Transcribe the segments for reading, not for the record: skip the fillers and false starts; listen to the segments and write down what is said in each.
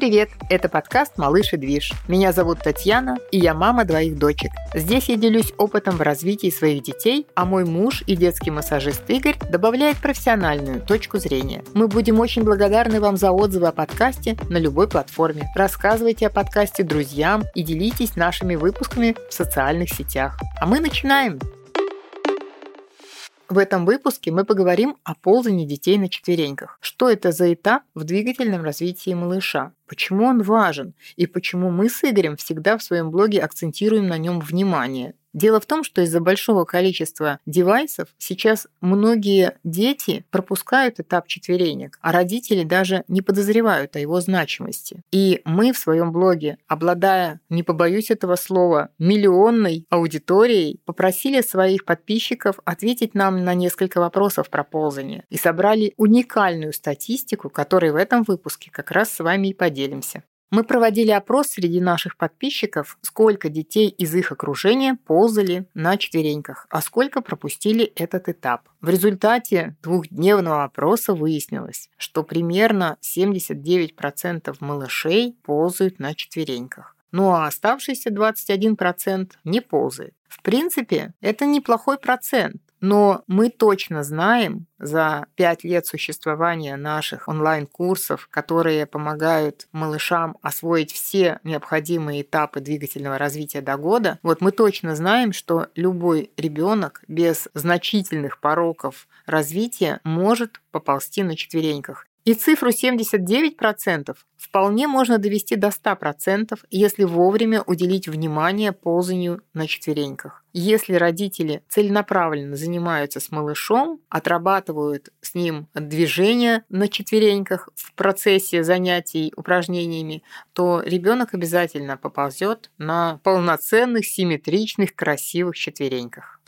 привет! Это подкаст «Малыш и движ». Меня зовут Татьяна, и я мама двоих дочек. Здесь я делюсь опытом в развитии своих детей, а мой муж и детский массажист Игорь добавляет профессиональную точку зрения. Мы будем очень благодарны вам за отзывы о подкасте на любой платформе. Рассказывайте о подкасте друзьям и делитесь нашими выпусками в социальных сетях. А мы начинаем! В этом выпуске мы поговорим о ползании детей на четвереньках. Что это за этап в двигательном развитии малыша? Почему он важен? И почему мы с Игорем всегда в своем блоге акцентируем на нем внимание? Дело в том, что из-за большого количества девайсов сейчас многие дети пропускают этап четверенек, а родители даже не подозревают о его значимости. И мы в своем блоге, обладая, не побоюсь этого слова, миллионной аудиторией, попросили своих подписчиков ответить нам на несколько вопросов про ползание и собрали уникальную статистику, которой в этом выпуске как раз с вами и поделимся. Мы проводили опрос среди наших подписчиков, сколько детей из их окружения ползали на четвереньках, а сколько пропустили этот этап. В результате двухдневного опроса выяснилось, что примерно 79% малышей ползают на четвереньках. Ну а оставшийся 21% не ползает. В принципе, это неплохой процент. Но мы точно знаем за 5 лет существования наших онлайн-курсов, которые помогают малышам освоить все необходимые этапы двигательного развития до года, мы точно знаем, что любой ребенок без значительных пороков развития может поползти на четвереньках. И цифру 79% вполне можно довести до 100%, если вовремя уделить внимание ползанию на четвереньках. Если родители целенаправленно занимаются с малышом, отрабатывают с ним движения на четвереньках в процессе занятий упражнениями, то ребенок обязательно поползет на полноценных, симметричных, красивых четвереньках.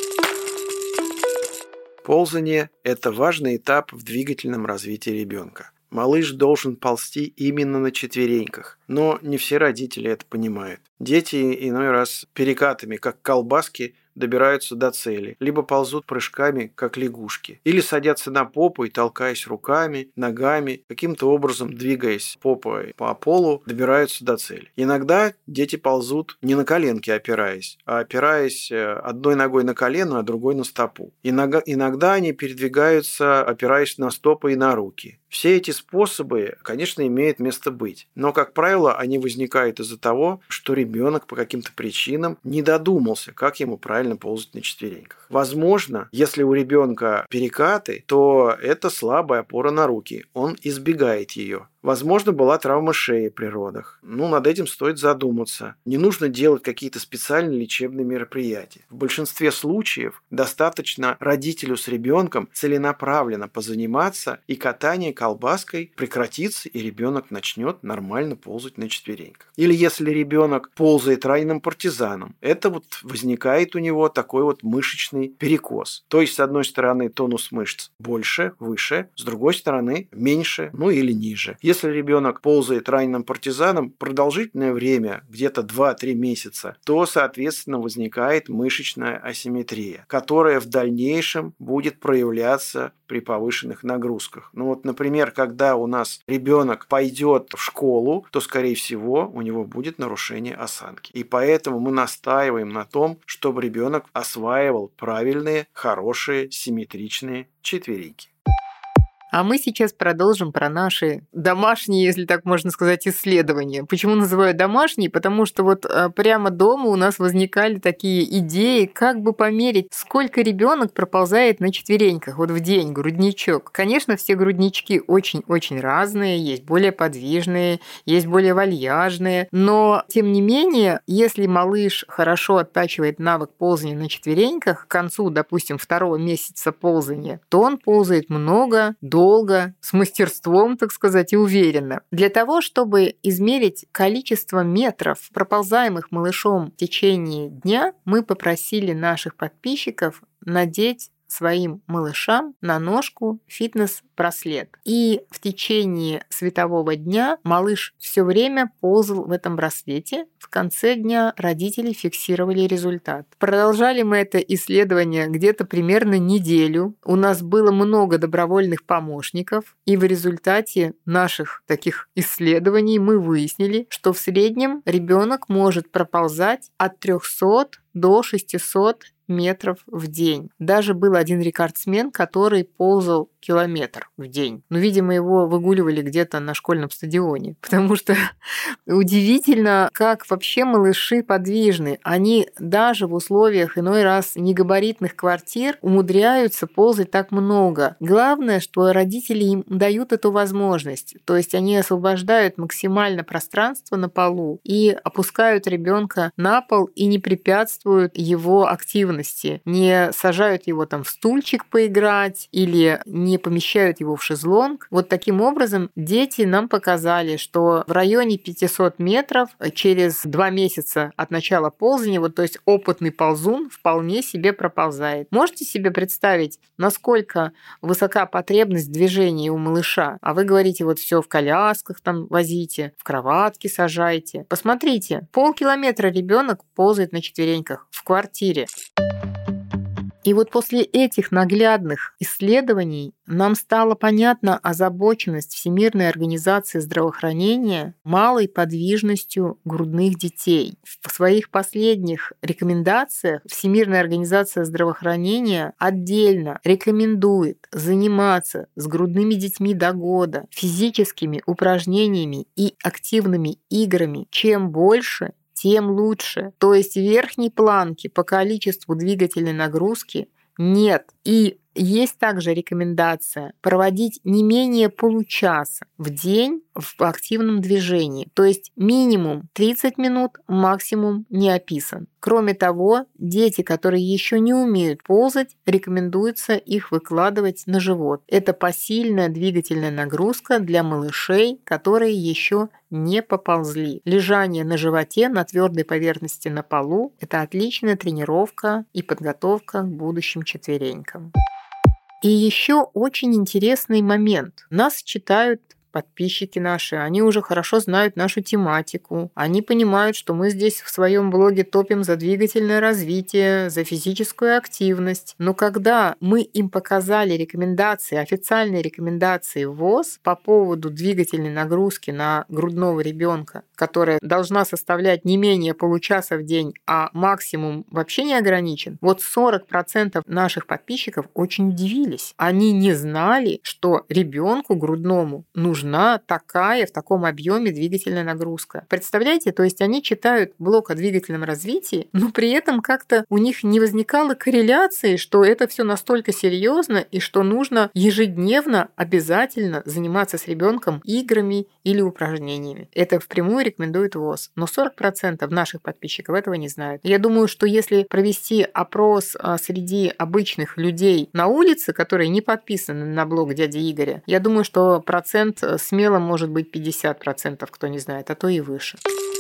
Ползание – это важный этап в двигательном развитии ребенка. Малыш должен ползти именно на четвереньках, но не все родители это понимают. Дети иной раз перекатами, как колбаски, добираются до цели, либо ползут прыжками, как лягушки, или садятся на попу и, толкаясь руками, ногами, каким-то образом двигаясь попой по полу, добираются до цели. Иногда дети ползут не на коленки опираясь, а опираясь одной ногой на колено, а другой на стопу. Иногда они передвигаются, опираясь на стопы и на руки. Все эти способы, конечно, имеют место быть, но, как правило, они возникают из-за того, что ребенок по каким-то причинам не додумался, как ему правильно ползать на четвереньках. Возможно, если у ребенка перекаты, то это слабая опора на руки, он избегает ее. Возможно, была травма шеи при родах. Над этим стоит задуматься. Не нужно делать какие-то специальные лечебные мероприятия. В большинстве случаев достаточно родителю с ребенком целенаправленно позаниматься, и катание колбаской прекратится, и ребенок начнет нормально ползать на четвереньках. Или если ребенок ползает раненым партизаном, это возникает у него такой мышечный перекос. То есть, с одной стороны, тонус мышц больше, выше, с другой стороны, меньше, или ниже. Если ребенок ползает раненым партизаном продолжительное время, где-то 2-3 месяца, то, соответственно, возникает мышечная асимметрия, которая в дальнейшем будет проявляться при повышенных нагрузках. Например, когда у нас ребенок пойдет в школу, то, скорее всего, у него будет нарушение осанки. И поэтому мы настаиваем на том, чтобы ребенок осваивал правильные, хорошие, симметричные четвереньки. А мы сейчас продолжим про наши домашние, если так можно сказать, исследования. Почему называю домашние? Потому что прямо дома у нас возникали такие идеи, как бы померить, сколько ребенок проползает на четвереньках в день, грудничок. Конечно, все груднички очень-очень разные, есть более подвижные, есть более вальяжные, но, тем не менее, если малыш хорошо оттачивает навык ползания на четвереньках, к концу, допустим, 2-го месяца ползания, то он ползает много, долго, с мастерством, так сказать, и уверенно. Для того, чтобы измерить количество метров, проползаемых малышом в течение дня, мы попросили наших подписчиков надеть своим малышам на ножку фитнес-браслет. И в течение светового дня малыш все время ползал в этом браслете. В конце дня родители фиксировали результат. Продолжали мы это исследование где-то примерно неделю. У нас было много добровольных помощников, и в результате наших таких исследований мы выяснили, что в среднем ребенок может проползать от 300 до 600 метров в день. Даже был один рекордсмен, который ползал километр в день. Но, видимо, его выгуливали где-то на школьном стадионе, потому что удивительно, как вообще малыши подвижны. Они даже в условиях иной раз негабаритных квартир умудряются ползать так много. Главное, что родители им дают эту возможность. То есть они освобождают максимально пространство на полу и опускают ребенка на пол и не препятствуют его активности, не сажают его там в стульчик поиграть или не помещают его в шезлонг. Вот таким образом дети нам показали, что в районе 500 метров через 2 месяца от начала ползания, вот, то есть опытный ползун вполне себе проползает. Можете себе представить, насколько высока потребность движения у малыша? А вы говорите, вот все в колясках там возите, в кроватке сажайте. Посмотрите, полкилометра ребенок ползает на четвереньках в квартире. И вот после этих наглядных исследований нам стала понятна озабоченность Всемирной организации здравоохранения малой подвижностью грудных детей. В своих последних рекомендациях Всемирная организация здравоохранения отдельно рекомендует заниматься с грудными детьми до года физическими упражнениями и активными играми. Чем больше, тем лучше. То есть верхней планки по количеству двигательной нагрузки нет. И есть также рекомендация проводить не менее получаса в день в активном движении. То есть минимум 30 минут, максимум не описан. Кроме того, дети, которые еще не умеют ползать, рекомендуется их выкладывать на живот. Это посильная двигательная нагрузка для малышей, которые еще не поползли. Лежание на животе на твердой поверхности на полу – это отличная тренировка и подготовка к будущим четверенькам. И еще очень интересный момент. Нас читают подписчики наши, они уже хорошо знают нашу тематику, они понимают, что мы здесь в своем блоге топим за двигательное развитие, за физическую активность. Но когда мы им показали рекомендации, официальные рекомендации ВОЗ по поводу двигательной нагрузки на грудного ребенка, которая должна составлять не менее получаса в день, а максимум вообще не ограничен, вот 40% наших подписчиков очень удивились. Они не знали, что ребенку грудному нужна такая в таком объеме двигательная нагрузка. Представляете, то есть они читают блог о двигательном развитии, но при этом как-то у них не возникало корреляции, что это все настолько серьезно и что нужно ежедневно обязательно заниматься с ребенком играми или упражнениями. Это впрямую рекомендует ВОЗ. Но 40% наших подписчиков этого не знают. Я думаю, что если провести опрос среди обычных людей на улице, которые не подписаны на блог дяди Игоря, я думаю, что процент смело может быть 50%, кто не знает, а то и выше.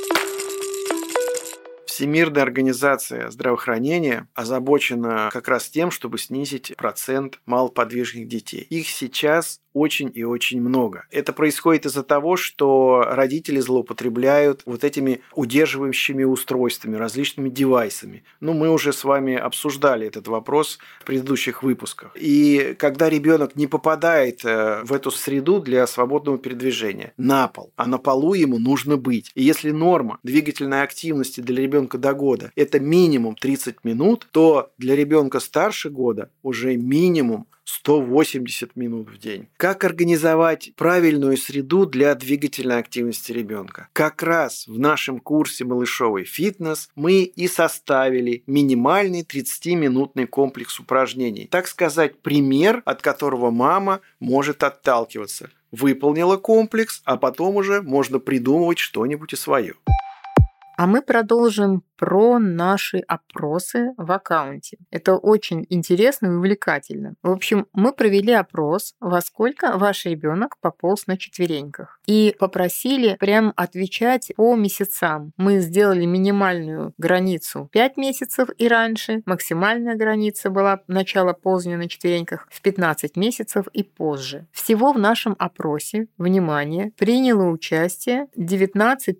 Всемирная организация здравоохранения озабочена как раз тем, чтобы снизить процент малоподвижных детей. Их сейчас очень и очень много. Это происходит из-за того, что родители злоупотребляют вот этими удерживающими устройствами, различными девайсами. Мы уже с вами обсуждали этот вопрос в предыдущих выпусках. И когда ребенок не попадает в эту среду для свободного передвижения, на пол, а на полу ему нужно быть. И если норма двигательной активности для ребенка до года – это минимум 30 минут, то для ребенка старше года уже минимум 180 минут в день. Как организовать правильную среду для двигательной активности ребенка? Как раз в нашем курсе «Малышовый фитнес» мы и составили минимальный 30-минутный комплекс упражнений. Так сказать, пример, от которого мама может отталкиваться. Выполнила комплекс, а потом уже можно придумывать что-нибудь и свое. А мы продолжим про наши опросы в аккаунте. Это очень интересно и увлекательно. В общем, мы провели опрос, во сколько ваш ребенок пополз на четвереньках. И попросили прям отвечать по месяцам. Мы сделали минимальную границу 5 месяцев и раньше. Максимальная граница была начало ползания на четвереньках в 15 месяцев и позже. Всего в нашем опросе, внимание, приняло участие 19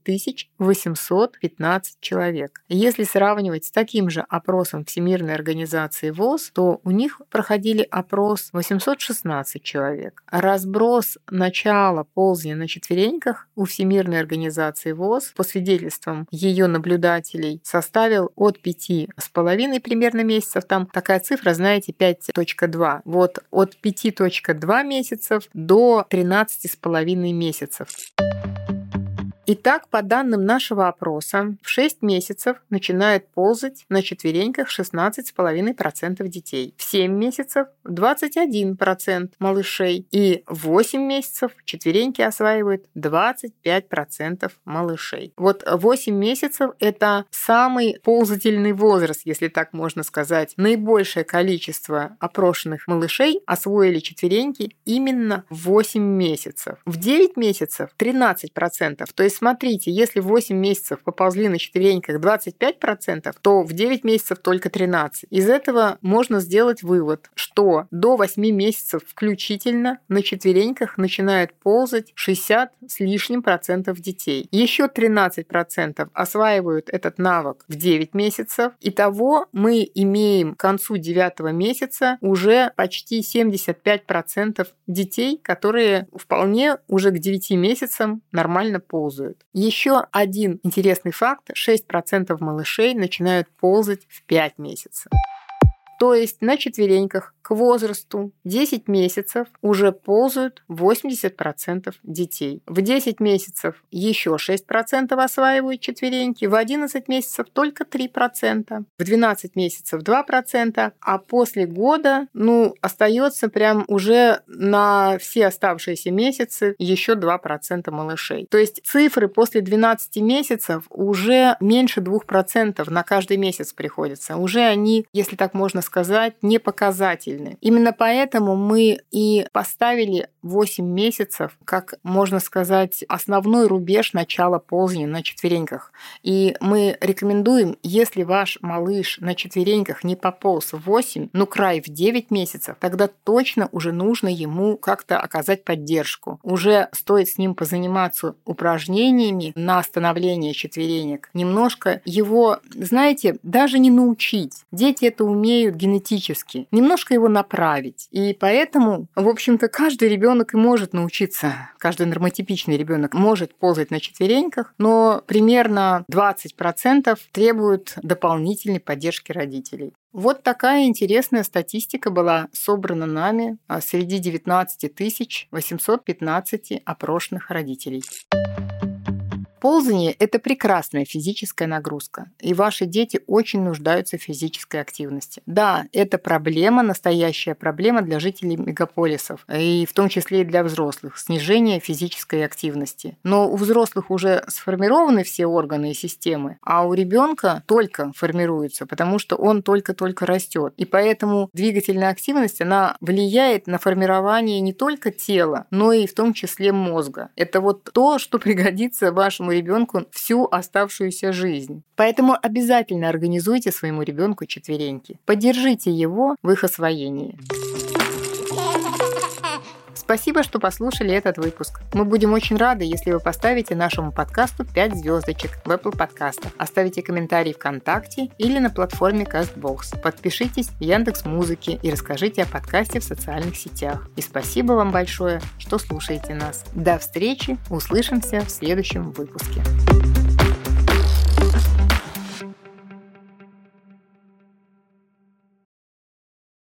815 человек. Если сравнивать с таким же опросом Всемирной организации ВОЗ, то у них проходили опрос 816 человек. Разброс начала ползания на четвереньках у Всемирной организации ВОЗ по свидетельствам ее наблюдателей составил от 5,5 примерно месяцев. Там такая цифра, знаете, 5.2. Вот от 5.2 месяцев до 13,5 месяцев. Итак, по данным нашего опроса, в 6 месяцев начинает ползать на четвереньках 16,5% детей. В 7 месяцев 21% малышей. И в 8 месяцев четвереньки осваивают 25% малышей. Вот 8 месяцев – это самый ползательный возраст, если так можно сказать. Наибольшее количество опрошенных малышей освоили четвереньки именно в 8 месяцев. В 9 месяцев 13%. То есть смотрите, если в 8 месяцев поползли на четвереньках 25%, то в 9 месяцев только 13%. Из этого можно сделать вывод, что до 8 месяцев включительно на четвереньках начинает ползать 60 с лишним процентов детей. Еще 13% осваивают этот навык в 9 месяцев. Итого мы имеем к концу 9 месяца уже почти 75% детей, которые вполне уже к 9 месяцам нормально ползают. Еще один интересный факт: 6% малышей начинают ползать в 5 месяцев. То есть на четвереньках к возрасту 10 месяцев уже ползают 80% детей. В 10 месяцев еще 6% осваивают четвереньки, в 11 месяцев только 3%, в 12 месяцев 2%, а после года, остается прям уже на все оставшиеся месяцы еще 2% малышей. То есть цифры после 12 месяцев уже меньше 2% на каждый месяц приходится. Уже они, если так можно сказать, не показательны. Именно поэтому мы и поставили 8 месяцев, как можно сказать, основной рубеж начала ползания на четвереньках. И мы рекомендуем, если ваш малыш на четвереньках не пополз в 8, край в 9 месяцев, тогда точно уже нужно ему как-то оказать поддержку. Уже стоит с ним позаниматься упражнениями на становление четверенек. Немножко его, знаете, даже не научить. Дети это умеют генетически. Немножко его направить. И поэтому, в общем-то, каждый ребенок и может научиться, каждый нормотипичный ребенок может ползать на четвереньках, но примерно 20% требуют дополнительной поддержки родителей. Вот такая интересная статистика была собрана нами среди 19 815 опрошенных родителей. Ползание – это прекрасная физическая нагрузка, и ваши дети очень нуждаются в физической активности. Да, это проблема, настоящая проблема для жителей мегаполисов, и в том числе и для взрослых – снижение физической активности. Но у взрослых уже сформированы все органы и системы, а у ребенка только формируется, потому что он только-только растет. И поэтому двигательная активность, она влияет на формирование не только тела, но и в том числе мозга. Это вот то, что пригодится вашему ребенку всю оставшуюся жизнь. Поэтому обязательно организуйте своему ребенку четвереньки. Поддержите его в их освоении. Спасибо, что послушали этот выпуск. Мы будем очень рады, если вы поставите нашему подкасту 5 звездочек в Apple подкастах, оставите комментарий ВКонтакте или на платформе CastBox. Подпишитесь в Яндекс.Музыке и расскажите о подкасте в социальных сетях. И спасибо вам большое, что слушаете нас. До встречи, услышимся в следующем выпуске.